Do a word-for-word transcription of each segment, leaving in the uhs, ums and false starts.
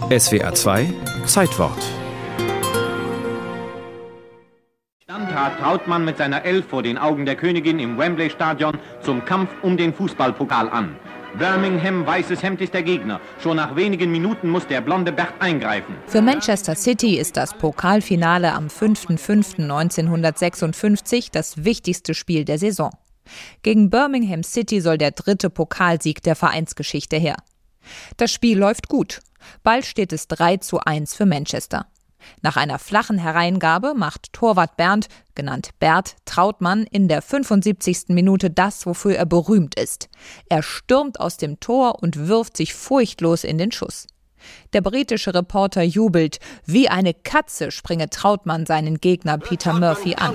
S W R zwei Zeitwort. Dann trat Trautmann mit seiner Elf vor den Augen der Königin im Wembley-Stadion zum Kampf um den Fußballpokal an. Birmingham weißes Hemd ist der Gegner. Schon nach wenigen Minuten muss der blonde Bert eingreifen. Für Manchester City ist das Pokalfinale am fünfter fünfter neunzehnhundertsechsundfünfzig das wichtigste Spiel der Saison. Gegen Birmingham City soll der dritte Pokalsieg der Vereinsgeschichte her. Das Spiel läuft gut. Bald steht es drei zu eins für Manchester. Nach einer flachen Hereingabe macht Torwart Bernd, genannt Bert, Trautmann, in der fünfundsiebzigsten Minute das, wofür er berühmt ist. Er stürmt aus dem Tor und wirft sich furchtlos in den Schuss. Der britische Reporter jubelt. Wie eine Katze springe Trautmann seinen Gegner Peter Murphy an.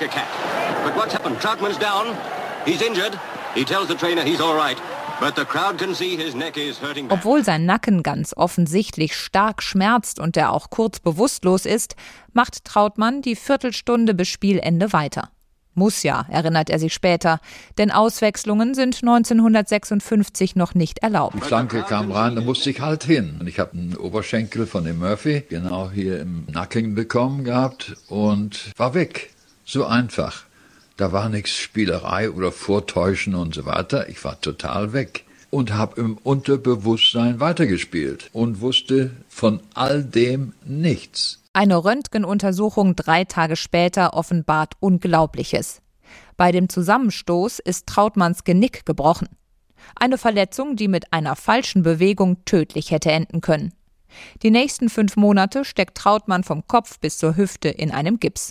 Obwohl sein Nacken ganz offensichtlich stark schmerzt und er auch kurz bewusstlos ist, macht Trautmann die Viertelstunde bis Spielende weiter. Muss ja, erinnert er sich später, denn Auswechslungen sind neunzehnhundertsechsundfünfzig noch nicht erlaubt. Die Flanke kam rein, da musste ich halt hin. Und ich habe einen Oberschenkel von dem Murphy genau hier im Nacken bekommen gehabt und war weg. So einfach. Da war nichts Spielerei oder Vortäuschen und so weiter. Ich war total weg und habe im Unterbewusstsein weitergespielt und wusste von all dem nichts. Eine Röntgenuntersuchung drei Tage später offenbart Unglaubliches. Bei dem Zusammenstoß ist Trautmanns Genick gebrochen. Eine Verletzung, die mit einer falschen Bewegung tödlich hätte enden können. Die nächsten fünf Monate steckt Trautmann vom Kopf bis zur Hüfte in einem Gips.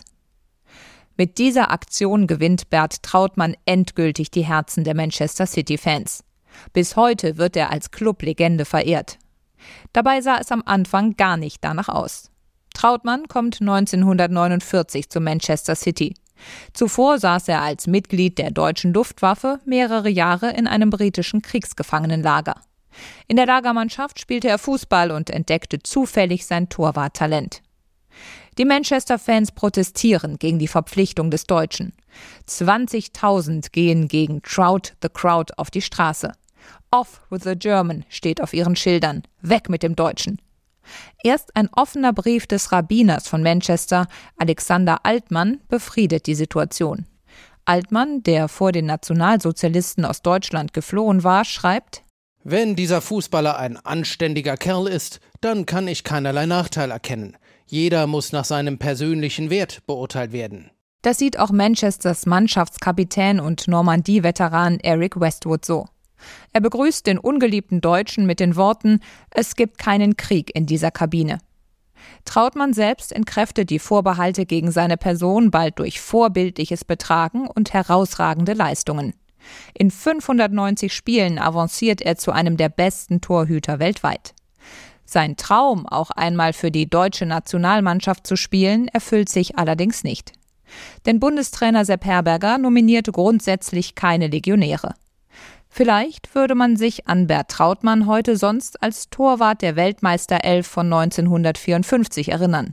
Mit dieser Aktion gewinnt Bert Trautmann endgültig die Herzen der Manchester City-Fans. Bis heute wird er als Clublegende verehrt. Dabei sah es am Anfang gar nicht danach aus. Trautmann kommt neunzehnhundertneunundvierzig zu Manchester City. Zuvor saß er als Mitglied der deutschen Luftwaffe mehrere Jahre in einem britischen Kriegsgefangenenlager. In der Lagermannschaft spielte er Fußball und entdeckte zufällig sein Torwarttalent. Die Manchester-Fans protestieren gegen die Verpflichtung des Deutschen. zwanzigtausend gehen gegen Trout the Crowd auf die Straße. Off with the German steht auf ihren Schildern. Weg mit dem Deutschen. Erst ein offener Brief des Rabbiners von Manchester, Alexander Altmann, befriedet die Situation. Altmann, der vor den Nationalsozialisten aus Deutschland geflohen war, schreibt: Wenn dieser Fußballer ein anständiger Kerl ist, dann kann ich keinerlei Nachteil erkennen. Jeder muss nach seinem persönlichen Wert beurteilt werden. Das sieht auch Manchesters Mannschaftskapitän und Normandie-Veteran Eric Westwood so. Er begrüßt den ungeliebten Deutschen mit den Worten: Es gibt keinen Krieg in dieser Kabine. Trautmann selbst entkräftet die Vorbehalte gegen seine Person bald durch vorbildliches Betragen und herausragende Leistungen. In fünfhundertneunzig Spielen avanciert er zu einem der besten Torhüter weltweit. Sein Traum, auch einmal für die deutsche Nationalmannschaft zu spielen, erfüllt sich allerdings nicht. Denn Bundestrainer Sepp Herberger nominiert grundsätzlich keine Legionäre. Vielleicht würde man sich an Bert Trautmann heute sonst als Torwart der Weltmeisterelf von neunzehnhundertvierundfünfzig erinnern.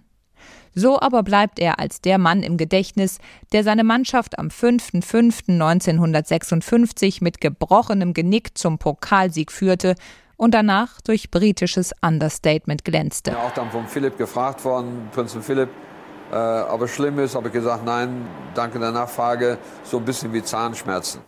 So aber bleibt er als der Mann im Gedächtnis, der seine Mannschaft am fünfter fünfter neunzehnhundertsechsundfünfzig mit gebrochenem Genick zum Pokalsieg führte und danach durch britisches Understatement glänzte. Ich bin auch dann von Philipp gefragt worden, Prinz Philipp, äh, ob es schlimm ist, habe ich gesagt, nein, danke der Nachfrage, so ein bisschen wie Zahnschmerzen.